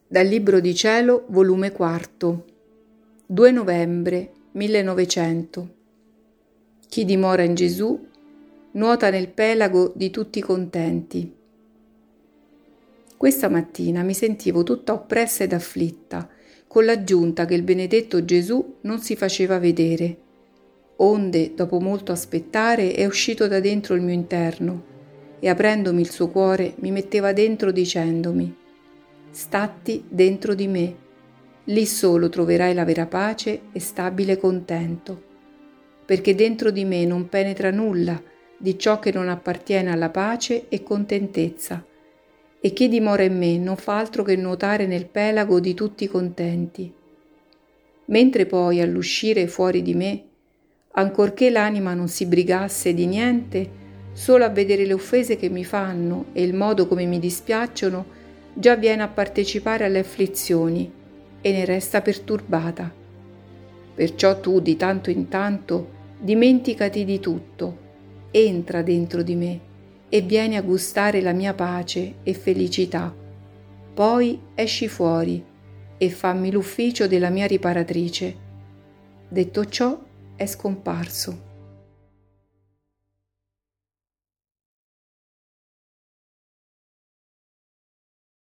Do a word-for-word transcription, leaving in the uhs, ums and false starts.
Dal Libro di Cielo, volume quarto, due novembre millenovecento. Chi dimora in Gesù nuota nel pelago di tutti contenti. Questa mattina mi sentivo tutta oppressa ed afflitta, con l'aggiunta che il benedetto Gesù non si faceva vedere. Onde, dopo molto aspettare, è uscito da dentro il mio interno e aprendomi il suo cuore mi metteva dentro dicendomi: statti dentro di me, lì solo troverai la vera pace e stabile contento, perché dentro di me non penetra nulla di ciò che non appartiene alla pace e contentezza, e chi dimora in me non fa altro che nuotare nel pelago di tutti contenti. Mentre poi all'uscire fuori di me, ancorché l'anima non si brigasse di niente, solo a vedere le offese che mi fanno e il modo come mi dispiacciono, già viene a partecipare alle afflizioni e ne resta perturbata. Perciò tu di tanto in tanto dimenticati di tutto, entra dentro di me e vieni a gustare la mia pace e felicità. Poi esci fuori e fammi l'ufficio della mia riparatrice. Detto ciò, è scomparso.